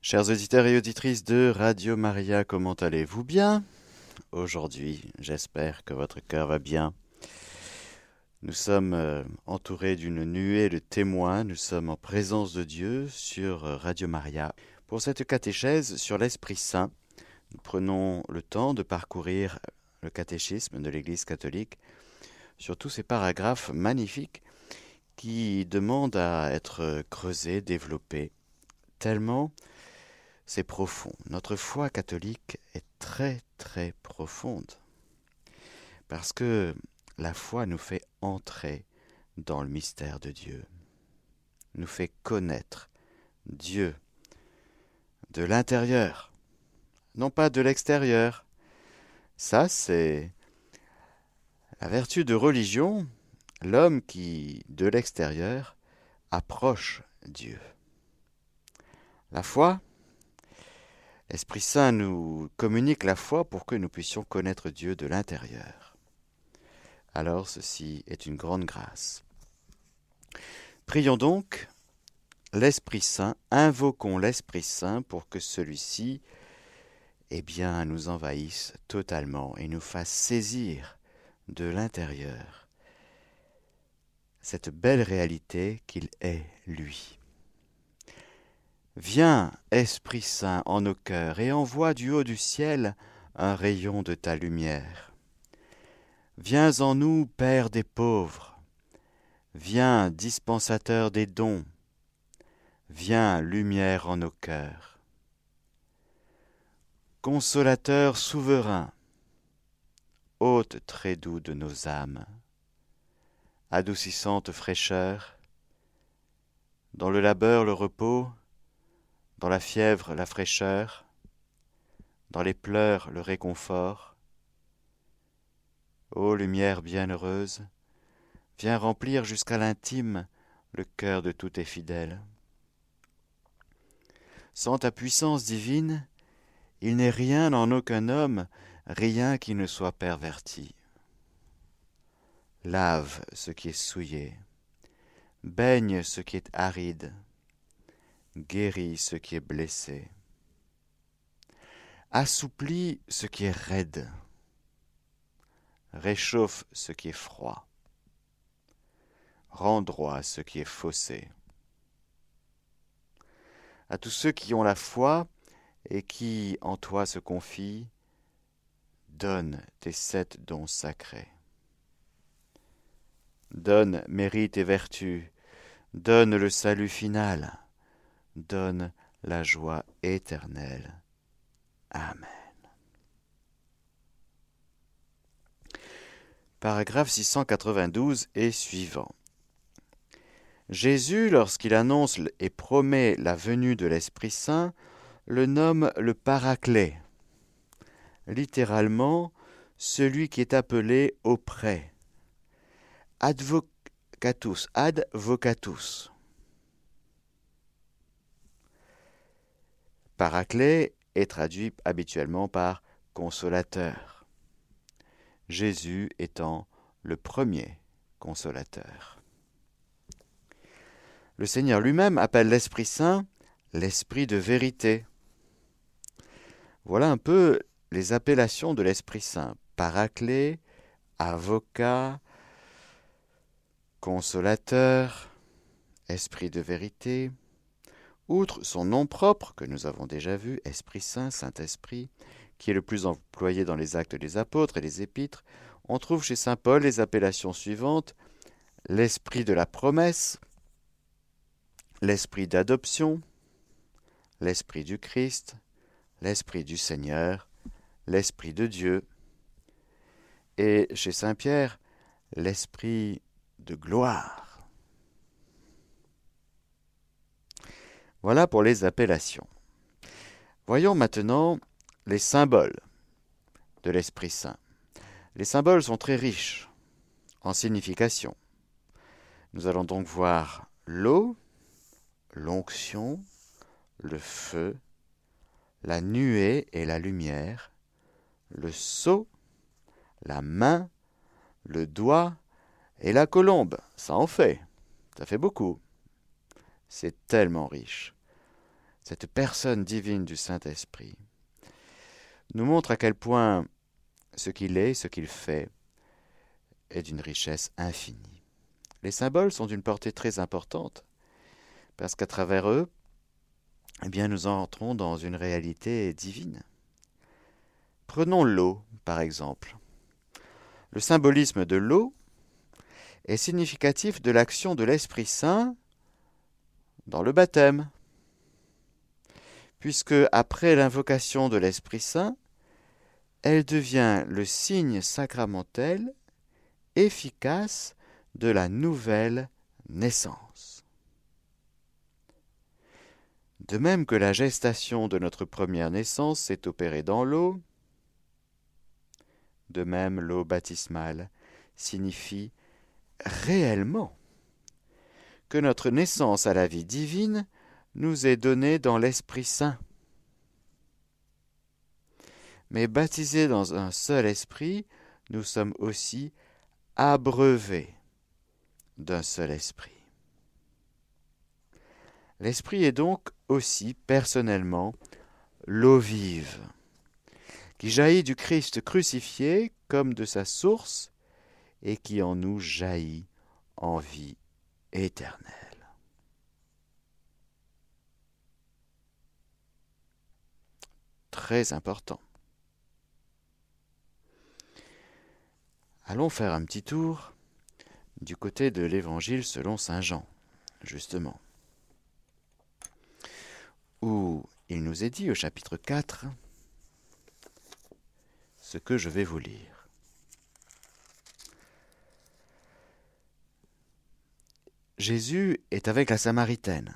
Chers auditeurs et auditrices de Radio Maria, comment allez-vous bien? Aujourd'hui, j'espère que votre cœur va bien. Nous sommes entourés d'une nuée de témoins, nous sommes en présence de Dieu sur Radio Maria. Pour cette catéchèse sur l'Esprit Saint, nous prenons le temps de parcourir le catéchisme de l'Église catholique sur tous ces paragraphes magnifiques qui demandent à être creusés, développés, tellement c'est profond. Notre foi catholique est très très profonde parce que la foi nous fait entrer dans le mystère de Dieu, nous fait connaître Dieu de l'intérieur, non pas de l'extérieur. Ça, c'est la vertu de religion, l'homme qui, de l'extérieur, approche Dieu. La foi, l'Esprit Saint nous communique la foi pour que nous puissions connaître Dieu de l'intérieur. Alors ceci est une grande grâce. Prions donc l'Esprit Saint, invoquons l'Esprit Saint pour que celui-ci, nous envahisse totalement et nous fasse saisir de l'intérieur cette belle réalité qu'il est, lui. Viens, Esprit Saint, en nos cœurs, et envoie du haut du ciel un rayon de ta lumière. Viens en nous, Père des pauvres. Viens, dispensateur des dons. Viens, lumière en nos cœurs. Consolateur souverain, hôte très doux de nos âmes, adoucissante fraîcheur, dans le labeur le repos, dans la fièvre la fraîcheur, dans les pleurs le réconfort. Ô lumière bienheureuse, viens remplir jusqu'à l'intime le cœur de tous tes fidèles. Sans ta puissance divine, il n'est rien en aucun homme, rien qui ne soit perverti. Lave ce qui est souillé, baigne ce qui est aride, guéris ce qui est blessé, assouplis ce qui est raide, réchauffe ce qui est froid, rends droit ce qui est faussé. À tous ceux qui ont la foi et qui en toi se confient, donne tes 7 dons sacrés. Donne mérite et vertu, donne le salut final, donne la joie éternelle. Amen. Paragraphe 692 et suivant. Jésus, lorsqu'il annonce et promet la venue de l'Esprit Saint, le nomme le Paraclet, littéralement celui qui est appelé auprès, advocatus, ad vocatus. Paraclet est traduit habituellement par consolateur, Jésus étant le premier consolateur. Le Seigneur lui-même appelle l'Esprit Saint l'Esprit de vérité. Voilà un peu les appellations de l'Esprit Saint. Paraclet, avocat, consolateur, Esprit de vérité. Outre son nom propre, que nous avons déjà vu, Esprit Saint, Saint-Esprit, qui est le plus employé dans les actes des apôtres et les épîtres, on trouve chez saint Paul les appellations suivantes: l'Esprit de la promesse, l'Esprit d'adoption, l'Esprit du Christ, l'Esprit du Seigneur, l'Esprit de Dieu, et chez saint Pierre, l'Esprit de gloire. Voilà pour les appellations. Voyons maintenant les symboles de l'Esprit Saint. Les symboles sont très riches en signification. Nous allons donc voir l'eau, l'onction, le feu, la nuée et la lumière, le sceau, la main, le doigt et la colombe. Ça en fait, ça fait beaucoup. C'est tellement riche. cette personne divine du Saint-Esprit, nous montre à quel point ce qu'il est, ce qu'il fait, est d'une richesse infinie. Les symboles sont d'une portée très importante, parce qu'à travers eux, eh bien, nous entrons dans une réalité divine. Prenons l'eau, par exemple. Le symbolisme de l'eau est significatif de l'action de l'Esprit Saint dans le baptême, puisque après l'invocation de l'Esprit Saint, elle devient le signe sacramentel efficace de la nouvelle naissance. De même que la gestation de notre première naissance s'est opérée dans l'eau, de même l'eau baptismale signifie réellement que notre naissance à la vie divine nous est donnée dans l'Esprit Saint. Mais baptisés dans un seul esprit, nous sommes aussi abreuvés d'un seul esprit. L'esprit est donc aussi personnellement l'eau vive, qui jaillit du Christ crucifié comme de sa source et qui en nous jaillit en vie éternelle. Très important. Allons faire un petit tour du côté de l'Évangile selon saint Jean, justement, où il nous est dit au chapitre 4 ce que je vais vous lire. Jésus est avec la Samaritaine.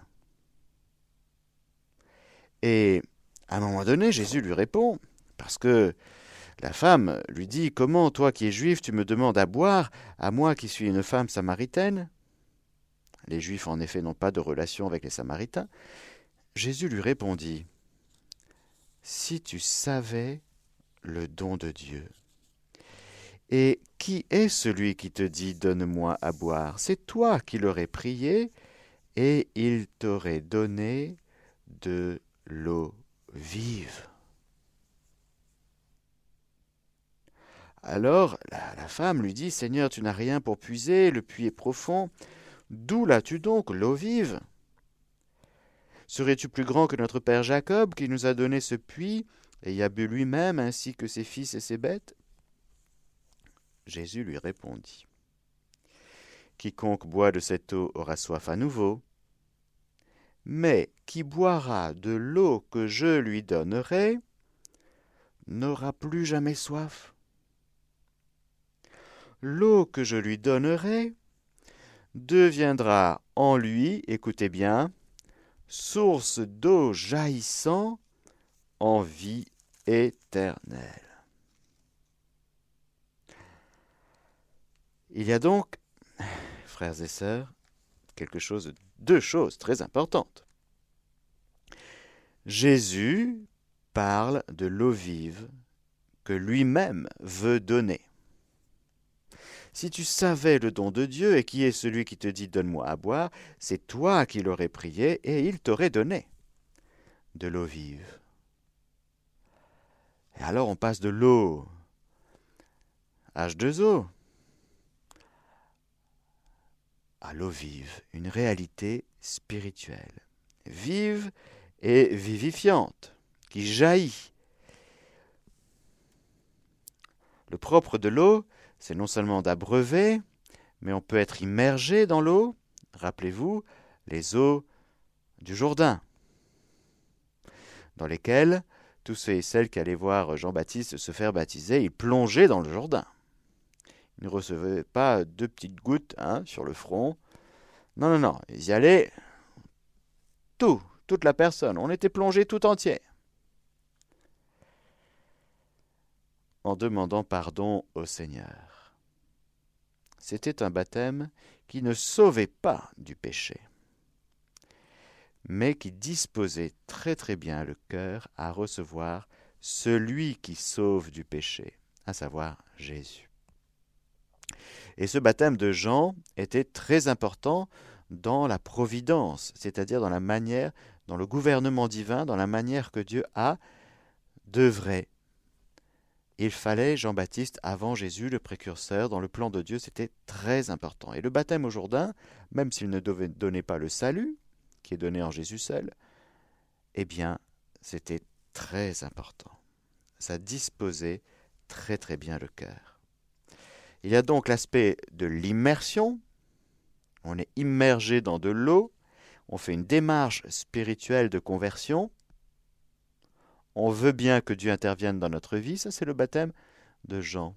Et à un moment donné, Jésus lui répond, parce que la femme lui dit « Comment, toi qui es juif, tu me demandes à boire, à moi qui suis une femme samaritaine ?» Les Juifs, en effet, n'ont pas de relation avec les Samaritains. Jésus lui répondit « Si tu savais le don de Dieu, et qui est celui qui te dit « Donne-moi à boire » C'est toi qui l'aurais prié, et il t'aurait donné de l'eau vive. Alors la femme lui dit « Seigneur, tu n'as rien pour puiser, le puits est profond. D'où l'as-tu donc l'eau vive ? Serais-tu plus grand que notre père Jacob, qui nous a donné ce puits, et y a bu lui-même, ainsi que ses fils et ses bêtes ?» Jésus lui répondit « Quiconque boit de cette eau aura soif à nouveau, mais qui boira de l'eau que je lui donnerai n'aura plus jamais soif. L'eau que je lui donnerai deviendra en lui, écoutez bien, source d'eau jaillissant en vie éternelle. » Il y a donc, frères et sœurs, deux choses très importantes. Jésus parle de l'eau vive que lui-même veut donner. Si tu savais le don de Dieu et qui est celui qui te dit « Donne-moi à boire », c'est toi qui l'aurais prié et il t'aurait donné de l'eau vive. Et alors on passe de l'eau H2O à l'eau vive, une réalité spirituelle, vive et vivifiante, qui jaillit. Le propre de l'eau, c'est non seulement d'abreuver, mais on peut être immergé dans l'eau. Rappelez-vous, les eaux du Jourdain, dans lesquelles tous ceux et celles qui allaient voir Jean-Baptiste se faire baptiser, ils plongeaient dans le Jourdain. Ils ne recevaient pas 2 petites gouttes sur le front. Non, ils y allaient toute la personne. On était plongé tout entier. En demandant pardon au Seigneur. C'était un baptême qui ne sauvait pas du péché, mais qui disposait très très bien le cœur à recevoir celui qui sauve du péché, à savoir Jésus. Et ce baptême de Jean était très important dans la providence, c'est-à-dire dans la manière dans le gouvernement divin, dans la manière que Dieu a d'œuvrer. Il fallait Jean-Baptiste avant Jésus, le précurseur, dans le plan de Dieu, c'était très important. Et le baptême au Jourdain, même s'il ne donnait pas le salut, qui est donné en Jésus seul, eh bien, c'était très important. Ça disposait très très bien le cœur. Il y a donc l'aspect de l'immersion. On est immergé dans de l'eau. On fait une démarche spirituelle de conversion. On veut bien que Dieu intervienne dans notre vie. Ça, c'est le baptême de Jean.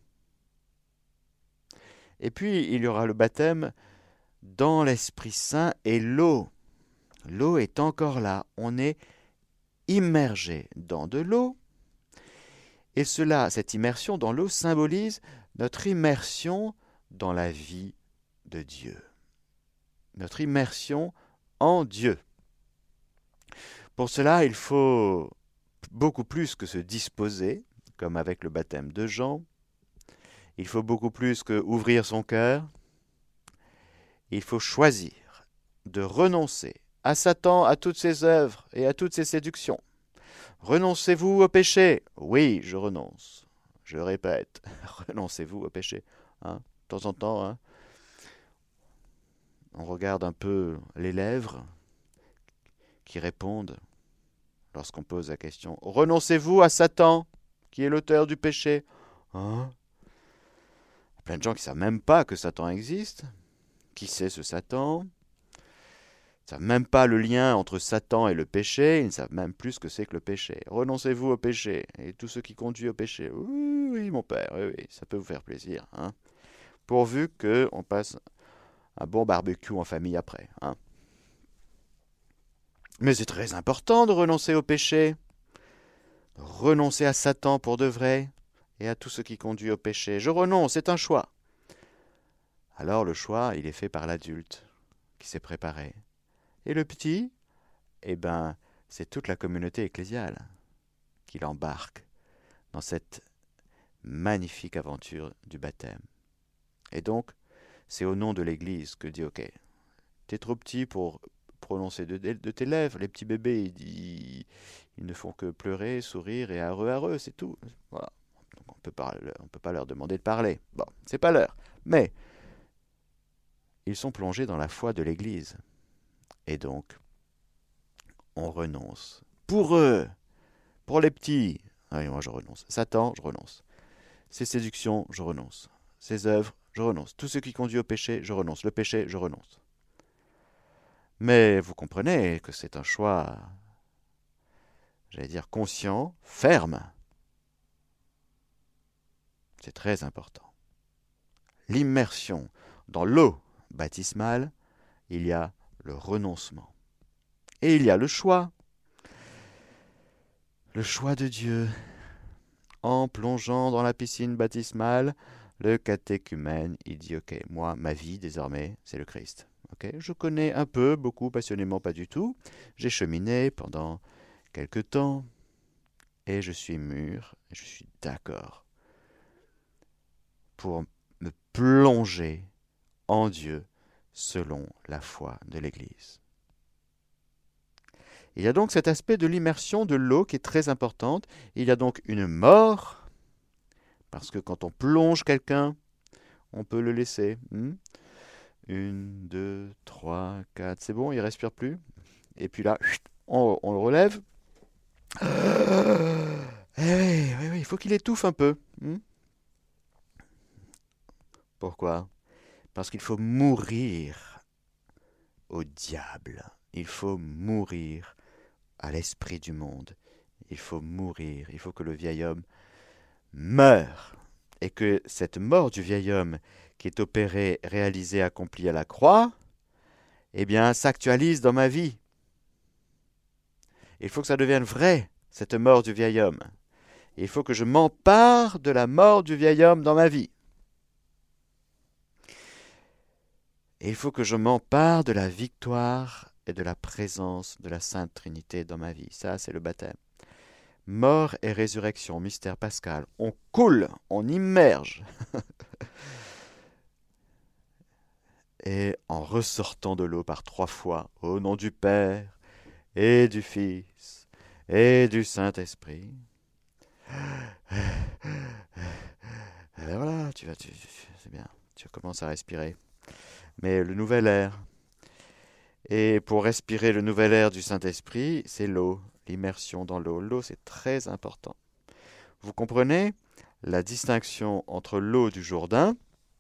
Et puis, il y aura le baptême dans l'Esprit Saint et l'eau. L'eau est encore là. On est immergé dans de l'eau. Et cette immersion dans l'eau symbolise notre immersion dans la vie de Dieu. Notre immersion en Dieu. Pour cela, il faut beaucoup plus que se disposer, comme avec le baptême de Jean. Il faut beaucoup plus que ouvrir son cœur. Il faut choisir de renoncer à Satan, à toutes ses œuvres et à toutes ses séductions. Renoncez-vous au péché? Oui, je renonce. Je répète, renoncez-vous au péché. De temps en temps, on regarde un peu les lèvres qui répondent lorsqu'on pose la question. Renoncez-vous à Satan, qui est l'auteur du péché? Il y a plein de gens qui ne savent même pas que Satan existe. Qui c'est ce Satan? Ils ne savent même pas le lien entre Satan et le péché. Ils ne savent même plus ce que c'est que le péché. Renoncez-vous au péché et tout ce qui conduit au péché. Oui, oui, mon père, oui, ça peut vous faire plaisir. Pourvu qu'on passe un bon barbecue en famille après. Mais c'est très important de renoncer au péché. Renoncer à Satan pour de vrai et à tout ce qui conduit au péché. Je renonce, c'est un choix. Alors le choix, il est fait par l'adulte qui s'est préparé. Et le petit, c'est toute la communauté ecclésiale qui l'embarque dans cette magnifique aventure du baptême. Et donc, c'est au nom de l'Église que dit, ok, t'es trop petit pour prononcer de tes lèvres. Les petits bébés, ils ne font que pleurer, sourire et areux, c'est tout. Voilà. Donc on peut pas leur demander de parler. Bon, c'est pas l'heure. Mais ils sont plongés dans la foi de l'Église. Et donc, on renonce. Pour eux, pour les petits, moi je renonce. Satan, je renonce. Ses séductions, je renonce. Ses œuvres, je renonce. Tout ce qui conduit au péché, je renonce. Le péché, je renonce. Mais vous comprenez que c'est un choix, j'allais dire conscient, ferme. C'est très important. L'immersion dans l'eau baptismale, il y a le renoncement. Et il y a le choix. Le choix de Dieu. En plongeant dans la piscine baptismale, le catéchumène, il dit, ok, moi, ma vie désormais, c'est le Christ. Okay, je connais un peu, beaucoup, passionnément, pas du tout. J'ai cheminé pendant quelque temps et je suis mûr, et je suis d'accord pour me plonger en Dieu selon la foi de l'Église. Il y a donc cet aspect de l'immersion de l'eau qui est très importante. Il y a donc une mort, parce que quand on plonge quelqu'un, on peut le laisser. 1, 2, 3, 4, c'est bon, il ne respire plus. Et puis là, on le relève. Oui, il faut qu'il étouffe un peu. Pourquoi? Parce qu'il faut mourir au diable. Il faut mourir à l'esprit du monde. Il faut mourir. Il faut que le vieil homme meure. Et que cette mort du vieil homme qui est opérée, réalisée, accomplie à la croix, s'actualise dans ma vie. Il faut que ça devienne vrai, cette mort du vieil homme. Il faut que je m'empare de la mort du vieil homme dans ma vie. Et il faut que je m'empare de la victoire et de la présence de la Sainte Trinité dans ma vie. Ça, c'est le baptême. Mort et résurrection, mystère pascal. On coule, on immerge. Et en ressortant de l'eau par 3 fois, au nom du Père, et du Fils et du Saint-Esprit. Et voilà, c'est bien, tu commences à respirer. Mais le nouvel air. Et pour respirer le nouvel air du Saint-Esprit, c'est l'eau, l'immersion dans l'eau. L'eau, c'est très important. Vous comprenez la distinction entre l'eau du Jourdain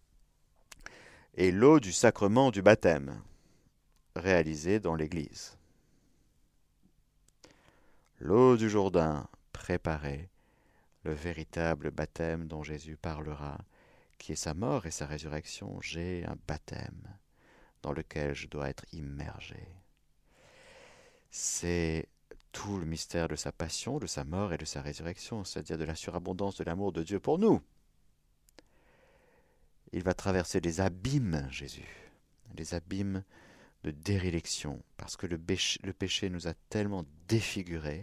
et l'eau du sacrement du baptême, réalisé dans l'Église. L'eau du Jourdain préparait le véritable baptême dont Jésus parlera, qui est sa mort et sa résurrection. J'ai un baptême dans lequel je dois être immergé. C'est tout le mystère de sa passion, de sa mort et de sa résurrection, c'est-à-dire de la surabondance de l'amour de Dieu pour nous. Il va traverser des abîmes, Jésus, des abîmes de déréliction, parce que le péché nous a tellement défigurés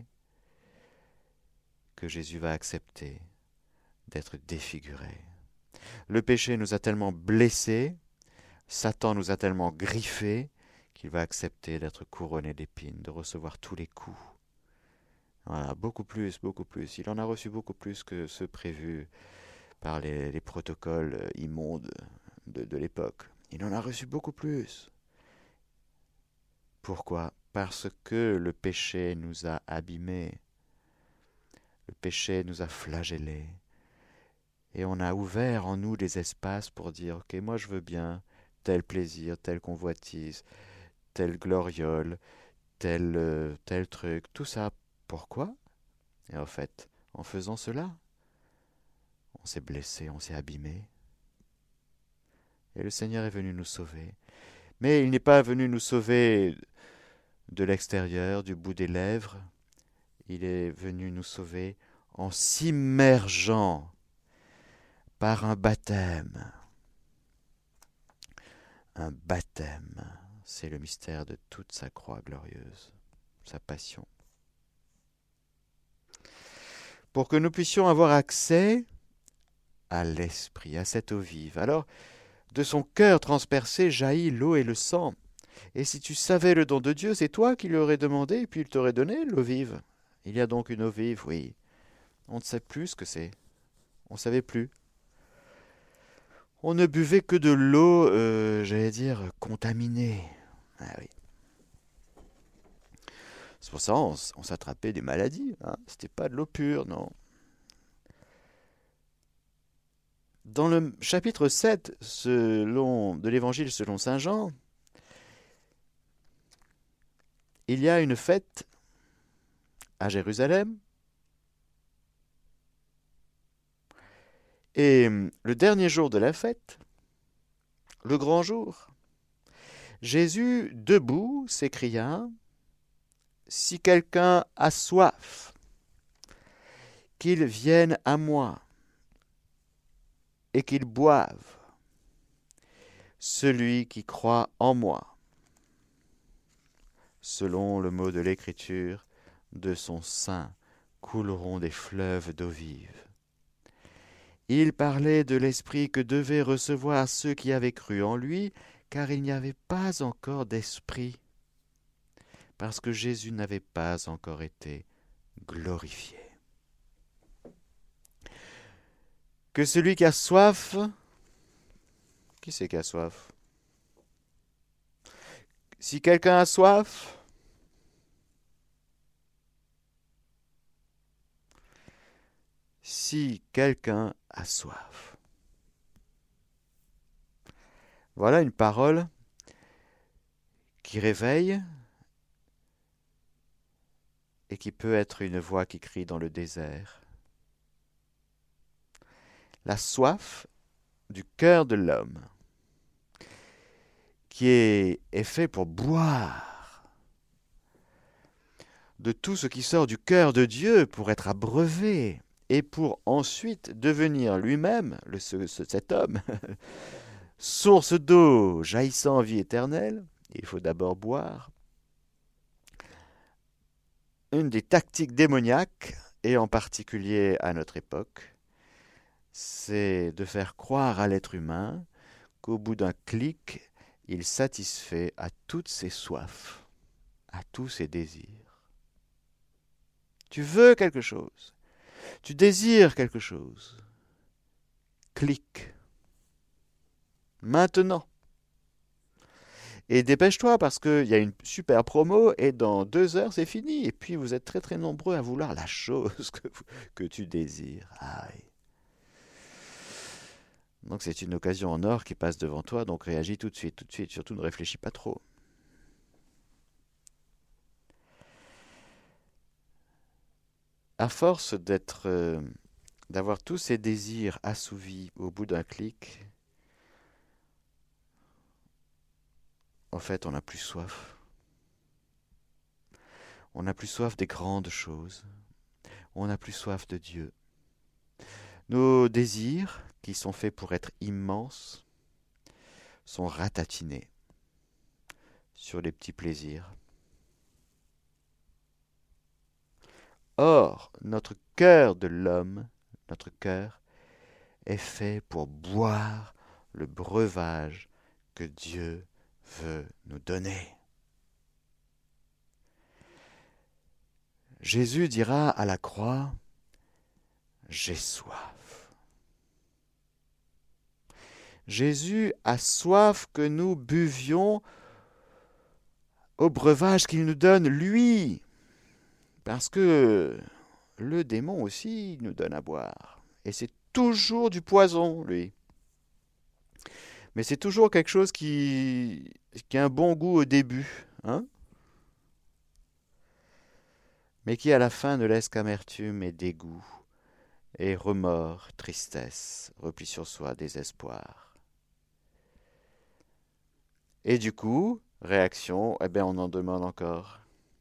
que Jésus va accepter d'être défiguré. Le péché nous a tellement blessés, Satan nous a tellement griffés, qu'il va accepter d'être couronné d'épines, de recevoir tous les coups. Voilà, beaucoup plus, beaucoup plus. Il en a reçu beaucoup plus que ceux prévus par les protocoles immondes de l'époque. Il en a reçu beaucoup plus. Pourquoi? Parce que le péché nous a abîmés. Le péché nous a flagellés. Et on a ouvert en nous des espaces pour dire, ok, moi je veux bien tel plaisir, telle convoitise, telle gloriole, tel truc, tout ça. Pourquoi? Et en fait, en faisant cela, on s'est blessé, on s'est abîmé. Et le Seigneur est venu nous sauver. Mais il n'est pas venu nous sauver de l'extérieur, du bout des lèvres. Il est venu nous sauver en s'immergeant par un baptême. Un baptême, c'est le mystère de toute sa croix glorieuse, sa passion. Pour que nous puissions avoir accès à l'Esprit, à cette eau vive. Alors, de son cœur transpercé jaillit l'eau et le sang. Et si tu savais le don de Dieu, c'est toi qui lui aurais demandé, et puis il t'aurait donné l'eau vive. Il y a donc une eau vive, oui. On ne sait plus ce que c'est. On ne savait plus. On ne buvait que de l'eau, j'allais dire, contaminée. Ah oui. C'est pour ça on s'attrapait des maladies. Hein. C'était pas de l'eau pure, non. Dans le chapitre 7 de l'Évangile selon saint Jean, il y a une fête à Jérusalem. Et le dernier jour de la fête, le grand jour, Jésus, debout, s'écria, « Si quelqu'un a soif, qu'il vienne à moi et qu'il boive, celui qui croit en moi. » Selon le mot de l'Écriture, de son sein couleront des fleuves d'eau vive. Il parlait de l'esprit que devaient recevoir ceux qui avaient cru en lui, car il n'y avait pas encore d'esprit, parce que Jésus n'avait pas encore été glorifié. Que celui qui a soif, qui c'est qui a soif? Si quelqu'un a soif, si quelqu'un a soif. Voilà une parole qui réveille et qui peut être une voix qui crie dans le désert. La soif du cœur de l'homme, qui est fait pour boire de tout ce qui sort du cœur de Dieu, pour être abreuvé, et pour ensuite devenir lui-même, cet homme, source d'eau jaillissant en vie éternelle. Il faut d'abord boire. Une des tactiques démoniaques, et en particulier à notre époque, c'est de faire croire à l'être humain qu'au bout d'un clic, il satisfait à toutes ses soifs. à tous ces désirs. Tu veux quelque chose, tu désires quelque chose. Clique. Maintenant. Et dépêche-toi parce qu'il y a une super promo et dans 2 heures c'est fini. Et puis vous êtes très très nombreux à vouloir la chose que tu désires. Aïe. Donc c'est une occasion en or qui passe devant toi, donc réagis tout de suite. Surtout ne réfléchis pas trop. À force d'avoir tous ces désirs assouvis au bout d'un clic, en fait on n'a plus soif. On n'a plus soif des grandes choses. On n'a plus soif de Dieu. Nos désirs, qui sont faits pour être immenses, sont ratatinés sur les petits plaisirs. Or, notre cœur de l'homme, notre cœur, est fait pour boire le breuvage que Dieu veut nous donner. Jésus dira à la croix, « J'ai soif ». Jésus a soif que nous buvions au breuvage qu'il nous donne, lui. Parce que le démon aussi nous donne à boire. Et c'est toujours du poison, lui. Mais c'est toujours quelque chose qui a un bon goût au début, hein? Mais qui à la fin ne laisse qu'amertume et dégoût, et remords, tristesse, repli sur soi, désespoir. Et du coup, réaction, eh bien on en demande encore.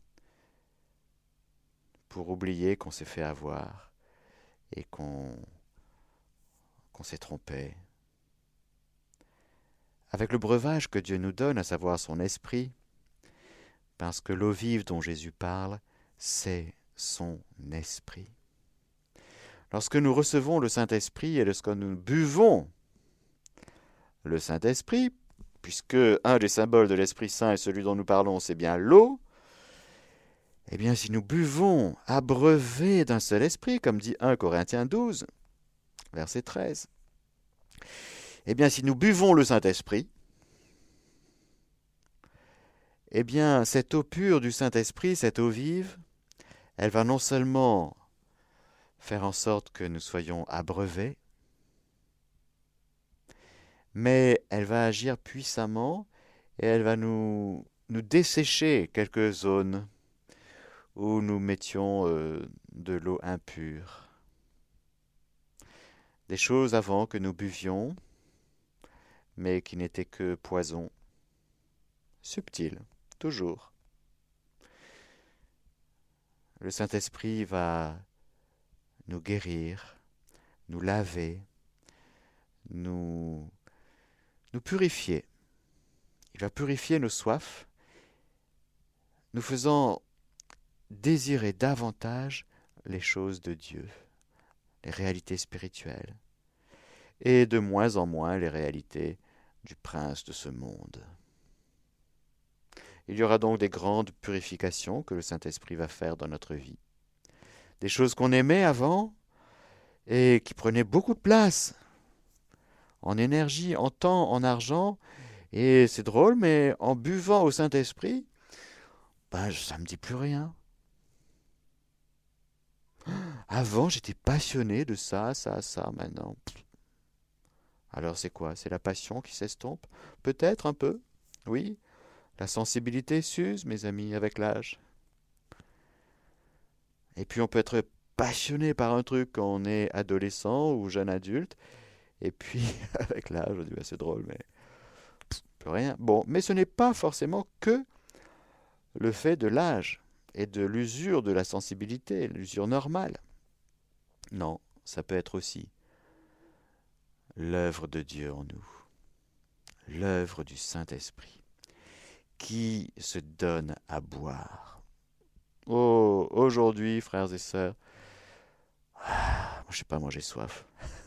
Pour oublier qu'on s'est fait avoir et qu'on s'est trompé. Avec le breuvage que Dieu nous donne, à savoir son esprit, parce que l'eau vive dont Jésus parle, c'est son esprit. Lorsque nous recevons le Saint-Esprit et lorsque nous buvons le Saint-Esprit, puisque un des symboles de l'Esprit Saint est celui dont nous parlons, c'est bien l'eau, eh bien si nous buvons abreuvés d'un seul esprit, comme dit 1 Corinthiens 12, verset 13, eh bien si nous buvons le Saint-Esprit, eh bien cette eau pure du Saint-Esprit, cette eau vive, elle va non seulement faire en sorte que nous soyons abreuvés, mais elle va agir puissamment et elle va nous dessécher quelques zones où nous mettions de l'eau impure. Des choses avant que nous buvions, mais qui n'étaient que poison, subtil, toujours. Le Saint-Esprit va nous guérir, nous laver, nous purifier. Il va purifier nos soifs, nous faisant désirer davantage les choses de Dieu, les réalités spirituelles, et de moins en moins les réalités du prince de ce monde. Il y aura donc des grandes purifications que le Saint-Esprit va faire dans notre vie. Des choses qu'on aimait avant et qui prenaient beaucoup de place, en énergie, en temps, en argent. Et c'est drôle, mais en buvant au Saint-Esprit, ça ne me dit plus rien. Avant, j'étais passionné de ça, maintenant. Alors c'est quoi? C'est la passion qui s'estompe? Peut-être un peu, oui. La sensibilité s'use, mes amis, avec l'âge. Et puis on peut être passionné par un truc quand on est adolescent ou jeune adulte. Et puis avec l'âge, on dit c'est drôle, mais plus rien. Bon, mais ce n'est pas forcément que le fait de l'âge et de l'usure de la sensibilité, l'usure normale. Non, ça peut être aussi l'œuvre de Dieu en nous, l'œuvre du Saint-Esprit, qui se donne à boire. Oh, aujourd'hui, frères et sœurs, je sais pas, moi j'ai soif.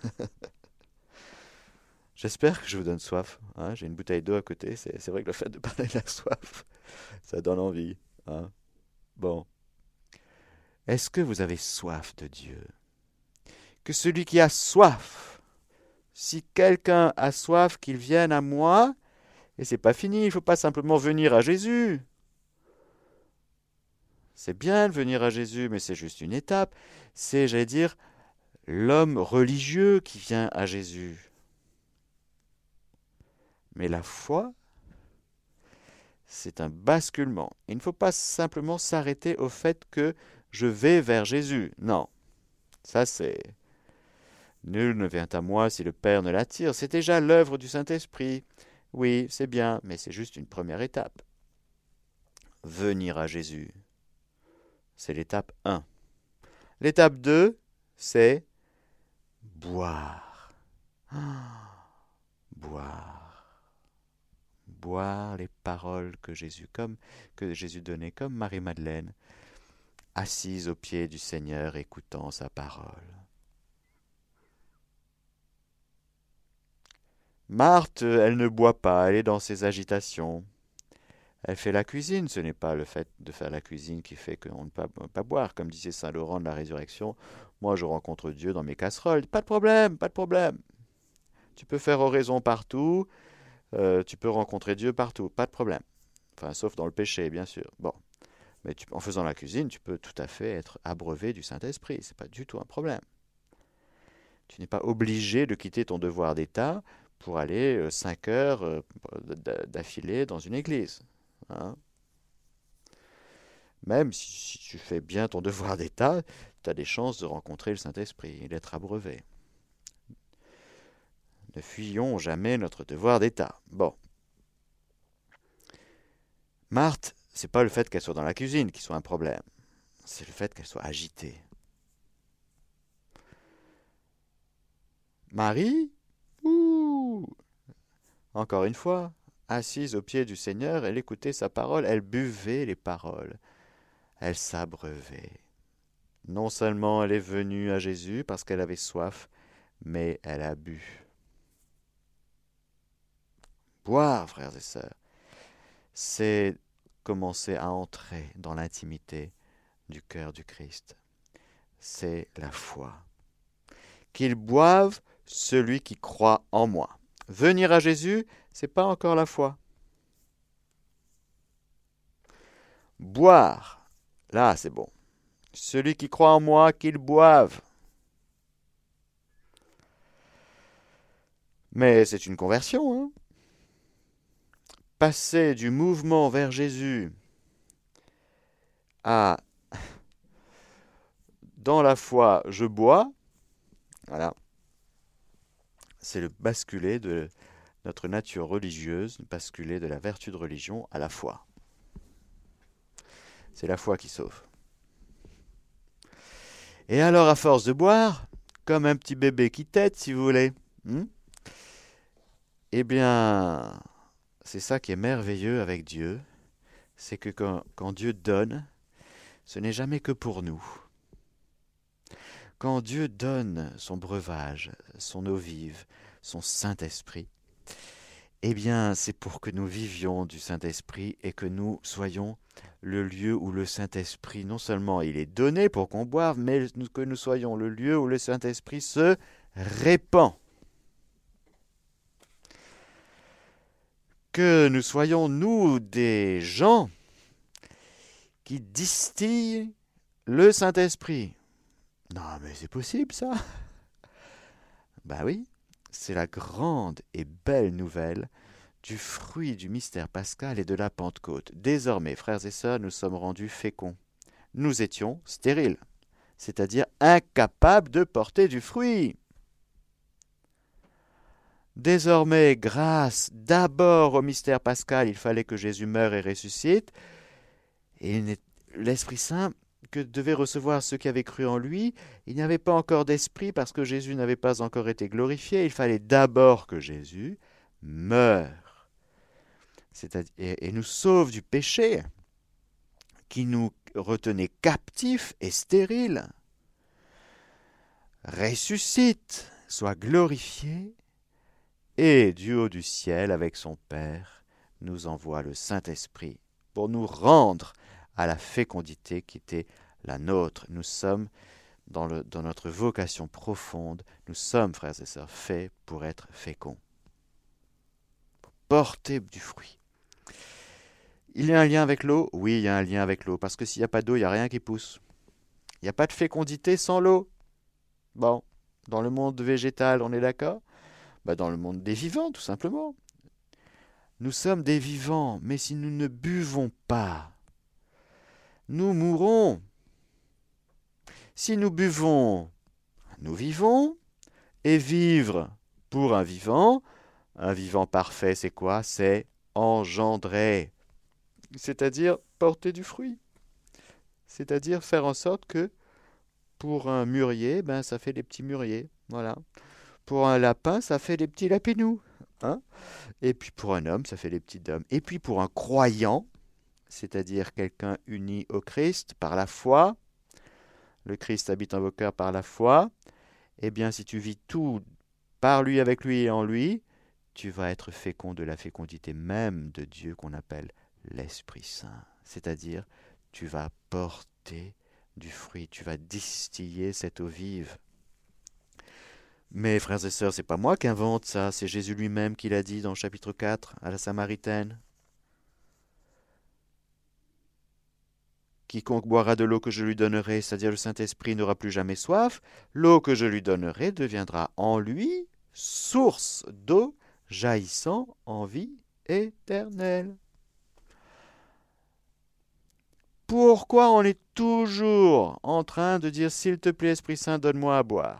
J'espère que je vous donne soif. Hein. J'ai une bouteille d'eau à côté. C'est vrai que le fait de parler de la soif, ça donne envie. Hein? Bon. Est-ce que vous avez soif de Dieu? Que celui qui a soif, si quelqu'un a soif, qu'il vienne à moi, et c'est pas fini, il ne faut pas simplement venir à Jésus. C'est bien de venir à Jésus, mais c'est juste une étape. C'est, j'allais dire, l'homme religieux qui vient à Jésus. Mais la foi, c'est un basculement. Il ne faut pas simplement s'arrêter au fait que je vais vers Jésus. Non, ça c'est... Nul ne vient à moi si le Père ne l'attire. C'est déjà l'œuvre du Saint-Esprit. Oui, c'est bien, mais c'est juste une première étape. Venir à Jésus, c'est l'étape 1. L'étape 2, c'est boire. Boire. Boire les paroles que Jésus donnait comme Marie-Madeleine, assise aux pieds du Seigneur, écoutant sa parole. Marthe, elle ne boit pas, elle est dans ses agitations. Elle fait la cuisine, ce n'est pas le fait de faire la cuisine qui fait qu'on ne peut pas boire. Comme disait Saint Laurent de la Résurrection, moi je rencontre Dieu dans mes casseroles. Pas de problème, pas de problème. Tu peux faire oraison partout, tu peux rencontrer Dieu partout, pas de problème. Enfin, sauf dans le péché, bien sûr. Bon, mais en faisant la cuisine, tu peux tout à fait être abreuvé du Saint-Esprit. C'est pas du tout un problème. Tu n'es pas obligé de quitter ton devoir d'État pour aller 5 heures d'affilée dans une église. Hein? Même si tu fais bien ton devoir d'État, tu as des chances de rencontrer le Saint-Esprit et d'être abreuvé. Ne fuyons jamais notre devoir d'État. Bon. Marthe, c'est pas le fait qu'elle soit dans la cuisine qui soit un problème. C'est le fait qu'elle soit agitée. Marie, encore une fois, assise aux pieds du Seigneur, elle écoutait sa parole, elle buvait les paroles, elle s'abreuvait. Non seulement elle est venue à Jésus parce qu'elle avait soif, mais elle a bu. Boire, frères et sœurs, c'est commencer à entrer dans l'intimité du cœur du Christ. C'est la foi. Qu'il boive celui qui croit en moi. Venir à Jésus, c'est pas encore la foi. Boire, là c'est bon. Celui qui croit en moi, qu'il boive. Mais c'est une conversion, hein. Passer du mouvement vers Jésus à dans la foi, je bois, voilà. C'est le basculer de notre nature religieuse, basculer de la vertu de religion à la foi. C'est la foi qui sauve. Et alors, à force de boire, comme un petit bébé qui tète, si vous voulez, eh bien, c'est ça qui est merveilleux avec Dieu, c'est que quand Dieu donne, ce n'est jamais que pour nous. Quand Dieu donne son breuvage, son eau vive, son Saint-Esprit, eh bien, c'est pour que nous vivions du Saint-Esprit et que nous soyons le lieu où le Saint-Esprit, non seulement il est donné pour qu'on boive, mais que nous soyons le lieu où le Saint-Esprit se répand. Que nous soyons, nous, des gens qui distillent le Saint-Esprit. Non, mais c'est possible, ça? Ben oui, c'est la grande et belle nouvelle du fruit du mystère pascal et de la Pentecôte. Désormais, frères et sœurs, nous sommes rendus féconds. Nous étions stériles, c'est-à-dire incapables de porter du fruit. Désormais, grâce d'abord au mystère pascal, il fallait que Jésus meure et ressuscite, et l'Esprit Saint que devaient recevoir ceux qui avaient cru en lui, il n'y avait pas encore d'esprit parce que Jésus n'avait pas encore été glorifié. Il fallait d'abord que Jésus meure, et nous sauve du péché qui nous retenait captifs et stériles, ressuscite, soit glorifié, et du haut du ciel avec son Père nous envoie le Saint-Esprit pour nous rendre à la fécondité qui était la nôtre. Nous sommes dans notre vocation profonde, nous sommes, frères et sœurs, faits pour être féconds, pour porter du fruit. Il y a un lien avec l'eau? Oui, il y a un lien avec l'eau, parce que s'il n'y a pas d'eau, il n'y a rien qui pousse. Il n'y a pas de fécondité sans l'eau. Bon, dans le monde végétal, on est d'accord? Dans le monde des vivants, tout simplement. Nous sommes des vivants, mais si nous ne buvons pas, nous mourrons. Si nous buvons, nous vivons, et vivre pour un vivant parfait, c'est quoi? C'est engendrer, c'est-à-dire porter du fruit, c'est-à-dire faire en sorte que pour un mûrier, ça fait des petits mûriers, voilà. Pour un lapin, ça fait des petits lapinous, hein? Et puis pour un homme, ça fait des petits hommes. Et puis pour un croyant, c'est-à-dire quelqu'un uni au Christ par la foi, le Christ habite en vos cœurs par la foi, eh bien si tu vis tout par lui, avec lui et en lui, tu vas être fécond de la fécondité même de Dieu qu'on appelle l'Esprit Saint. C'est-à-dire, tu vas porter du fruit, tu vas distiller cette eau vive. Mais frères et sœurs, c'est pas moi qui invente ça, c'est Jésus lui-même qui l'a dit dans le chapitre 4 à la Samaritaine. Quiconque boira de l'eau que je lui donnerai, c'est-à-dire le Saint-Esprit, n'aura plus jamais soif. L'eau que je lui donnerai deviendra en lui source d'eau jaillissant en vie éternelle. Pourquoi on est toujours en train de dire « S'il te plaît, Esprit Saint, donne-moi à boire »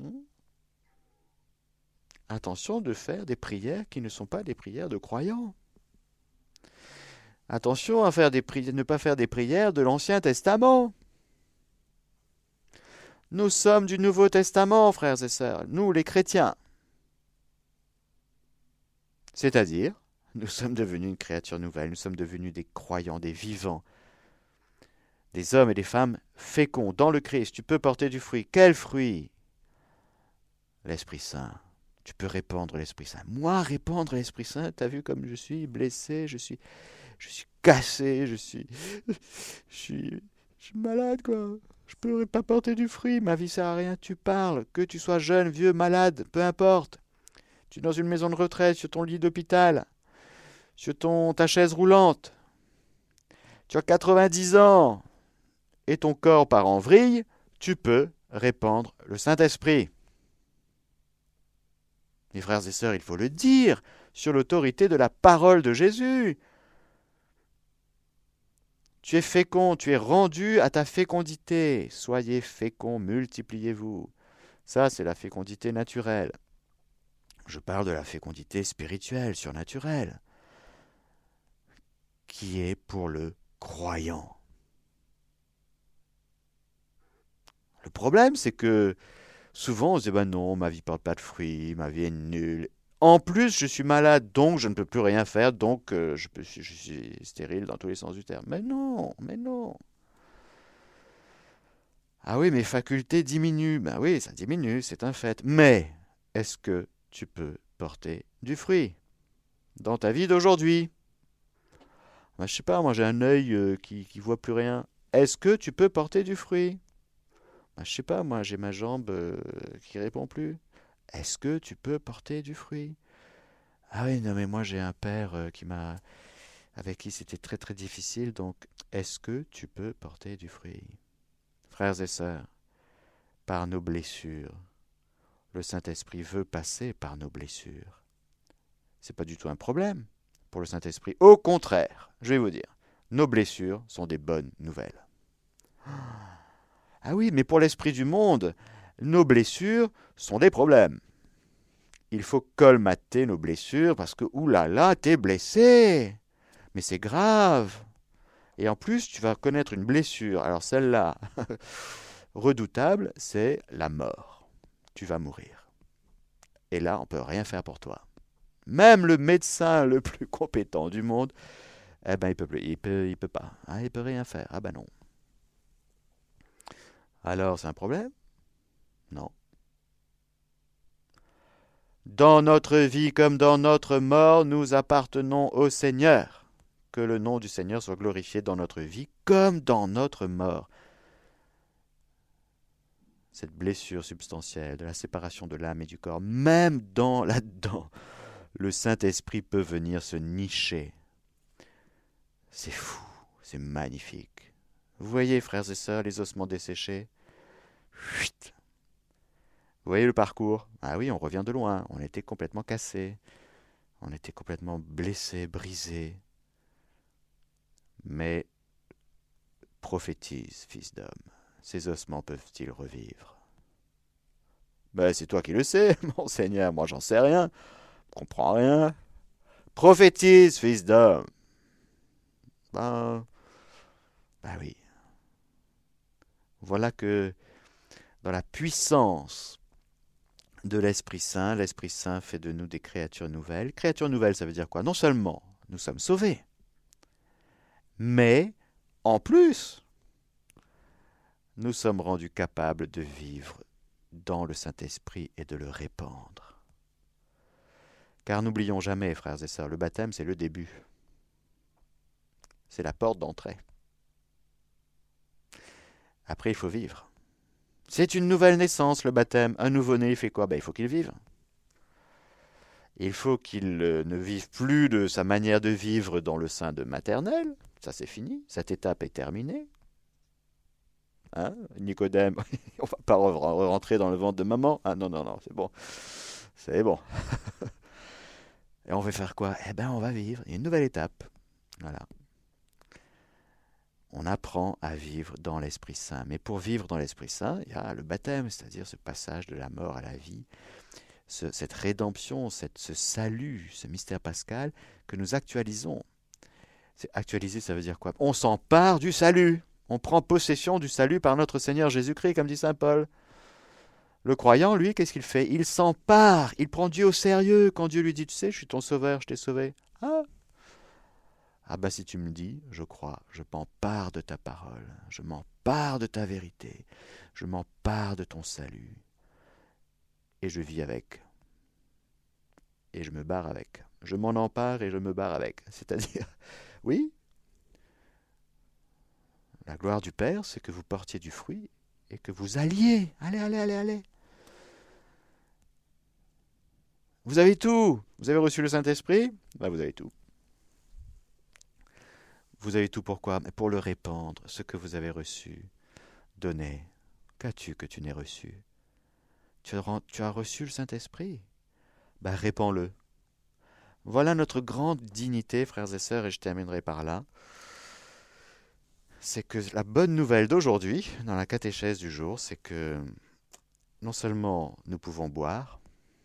Attention de faire des prières qui ne sont pas des prières de croyants. Attention à ne pas faire des prières de l'Ancien Testament. Nous sommes du Nouveau Testament, frères et sœurs, nous les chrétiens. C'est-à-dire, nous sommes devenus une créature nouvelle, nous sommes devenus des croyants, des vivants, des hommes et des femmes féconds dans le Christ. Tu peux porter du fruit. Quel fruit? L'Esprit Saint. Tu peux répandre l'Esprit Saint. Moi, répandre l'Esprit Saint, t'as vu comme je suis blessé, je suis cassé, je suis malade, quoi. Je peux pas porter du fruit, ma vie sert à rien. Tu parles, que tu sois jeune, vieux, malade, peu importe. Tu es dans une maison de retraite, sur ton lit d'hôpital, sur ta chaise roulante. Tu as 90 ans et ton corps part en vrille, tu peux répandre le Saint-Esprit. Mes frères et sœurs, il faut le dire, sur l'autorité de la parole de Jésus. Tu es fécond, tu es rendu à ta fécondité. Soyez féconds, multipliez-vous. Ça, c'est la fécondité naturelle. Je parle de la fécondité spirituelle, surnaturelle, qui est pour le croyant. Le problème, c'est que souvent, on se dit, non, ma vie ne porte pas de fruits, ma vie est nulle. En plus, je suis malade, donc je ne peux plus rien faire, donc je suis stérile dans tous les sens du terme. Mais non, mais non. Ah oui, mes facultés diminuent. Ben oui, ça diminue, c'est un fait. Mais est-ce que tu peux porter du fruit dans ta vie d'aujourd'hui? Je sais pas, moi j'ai un œil qui voit plus rien. Est-ce que tu peux porter du fruit? Je sais pas, moi j'ai ma jambe qui répond plus. Est-ce que tu peux porter du fruit? Ah oui, non mais moi j'ai un père avec qui c'était très très difficile, donc est-ce que tu peux porter du fruit? Frères et sœurs, par nos blessures, le Saint-Esprit veut passer par nos blessures. C'est pas du tout un problème pour le Saint-Esprit. Au contraire, je vais vous dire, nos blessures sont des bonnes nouvelles. Ah oui, mais pour l'esprit du monde, nos blessures sont des problèmes. Il faut colmater nos blessures parce que, oulala, t'es blessé. Mais c'est grave. Et en plus, tu vas connaître une blessure. Alors celle-là, redoutable, c'est la mort. Tu vas mourir. Et là, on ne peut rien faire pour toi. Même le médecin le plus compétent du monde, il peut pas. Hein, il peut rien faire. Ah ben non. Alors, c'est un problème? Non. Dans notre vie comme dans notre mort, nous appartenons au Seigneur. que le nom du Seigneur soit glorifié dans notre vie comme dans notre mort. Cette blessure substantielle de la séparation de l'âme et du corps, même là-dedans, le Saint-Esprit peut venir se nicher. C'est fou, c'est magnifique. Vous voyez, frères et sœurs, les ossements desséchés? Chut. Vous voyez le parcours? Ah oui, on revient de loin, on était complètement cassés, on était complètement blessés, brisés. Mais prophétise, fils d'homme, ces ossements peuvent-ils revivre? Ben, c'est toi qui le sais, mon Seigneur, moi j'en sais rien, je comprends rien. Prophétise, fils d'homme. Ben oui. Voilà que dans la puissance de l'Esprit Saint fait de nous des créatures nouvelles. Créatures nouvelles, ça veut dire quoi? Non seulement nous sommes sauvés, mais en plus, nous sommes rendus capables de vivre dans le Saint-Esprit et de le répandre. Car n'oublions jamais, frères et sœurs, le baptême, c'est le début. C'est la porte d'entrée. Après, il faut vivre. C'est une nouvelle naissance, le baptême. Un nouveau-né, il fait quoi? Il faut qu'il vive. Il faut qu'il ne vive plus de sa manière de vivre dans le sein de maternelle. Ça, c'est fini. Cette étape est terminée. Hein, Nicodème, on va pas rentrer dans le ventre de maman. Ah non, c'est bon. C'est bon. Et on va faire quoi? On va vivre. Il y a une nouvelle étape. Voilà. On apprend à vivre dans l'Esprit Saint. Mais pour vivre dans l'Esprit Saint, il y a le baptême, c'est-à-dire ce passage de la mort à la vie, cette rédemption, ce salut, ce mystère pascal que nous actualisons. Actualiser, ça veut dire quoi? On s'empare du salut. On prend possession du salut par notre Seigneur Jésus-Christ, comme dit saint Paul. Le croyant, lui, qu'est-ce qu'il fait? Il s'empare, il prend Dieu au sérieux. Quand Dieu lui dit, tu sais, je suis ton sauveur, je t'ai sauvé. Si tu me le dis, je crois, je m'empare de ta parole, je m'empare de ta vérité, je m'empare de ton salut. Et je vis avec. Et je me barre avec. Je m'en empare et je me barre avec. C'est-à-dire, oui, la gloire du Père, c'est que vous portiez du fruit et que vous alliez. Allez. Vous avez tout. Vous avez reçu le Saint-Esprit? Vous avez tout. Vous avez tout pourquoi? Pour le répandre, ce que vous avez reçu. Donnez. Qu'as-tu que tu n'aies reçu? Tu as reçu le Saint-Esprit? Répands-le. Voilà notre grande dignité, frères et sœurs, et je terminerai par là. C'est que la bonne nouvelle d'aujourd'hui, dans la catéchèse du jour, c'est que non seulement nous pouvons boire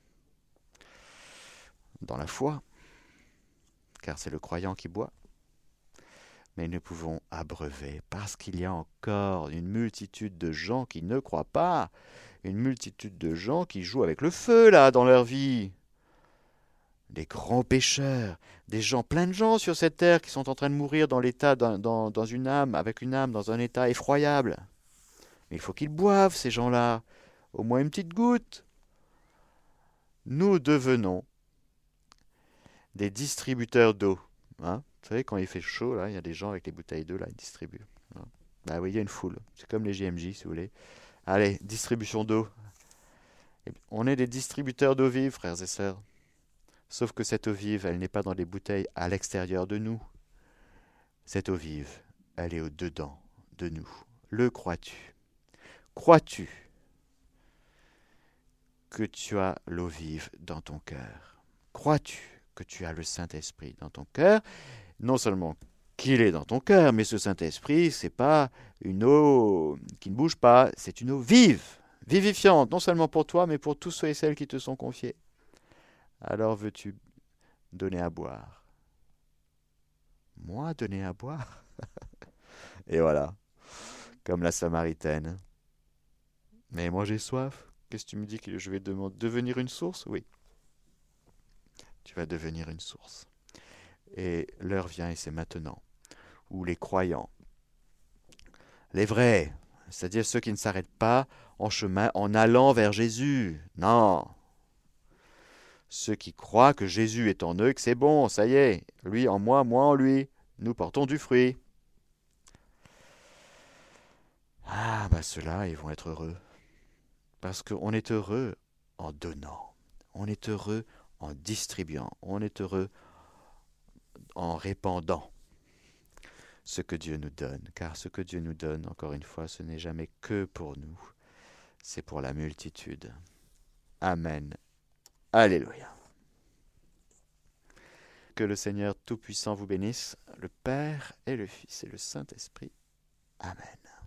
dans la foi, car c'est le croyant qui boit, mais nous pouvons abreuver, parce qu'il y a encore une multitude de gens qui ne croient pas, une multitude de gens qui jouent avec le feu, là, dans leur vie. Des grands pécheurs, plein de gens sur cette terre qui sont en train de mourir dans l'état, dans une âme, avec une âme, dans un état effroyable. Mais il faut qu'ils boivent, ces gens-là, au moins une petite goutte. Nous devenons des distributeurs d'eau. Hein? Vous savez, quand il fait chaud, là, il y a des gens avec les bouteilles d'eau, là, ils distribuent. Oui, il y a une foule. C'est comme les JMJ, si vous voulez. Allez, distribution d'eau. On est des distributeurs d'eau vive, frères et sœurs. Sauf que cette eau vive, elle n'est pas dans des bouteilles à l'extérieur de nous. Cette eau vive, elle est au-dedans de nous. Le crois-tu? Crois-tu que tu as l'eau vive dans ton cœur? Crois-tu que tu as le Saint-Esprit dans ton cœur? Non seulement qu'il est dans ton cœur, mais ce Saint-Esprit, c'est pas une eau qui ne bouge pas, c'est une eau vive, vivifiante, non seulement pour toi, mais pour tous ceux et celles qui te sont confiés. Alors veux-tu donner à boire? Moi, donner à boire? Et voilà, comme la Samaritaine. Mais moi j'ai soif. Qu'est-ce que tu me dis que je vais devenir une source? Oui. Tu vas devenir une source. Et l'heure vient, et c'est maintenant, où les croyants, les vrais, c'est-à-dire ceux qui ne s'arrêtent pas en chemin en allant vers Jésus. Non. Ceux qui croient que Jésus est en eux, que c'est bon, ça y est, lui en moi, moi en lui. nous portons du fruit. Ah, ceux-là, ils vont être heureux. Parce qu'on est heureux en donnant. On est heureux en distribuant. On est heureux en répandant ce que Dieu nous donne. Car ce que Dieu nous donne, encore une fois, ce n'est jamais que pour nous. C'est pour la multitude. Amen. Alléluia. Que le Seigneur Tout-Puissant vous bénisse, le Père et le Fils et le Saint-Esprit. Amen.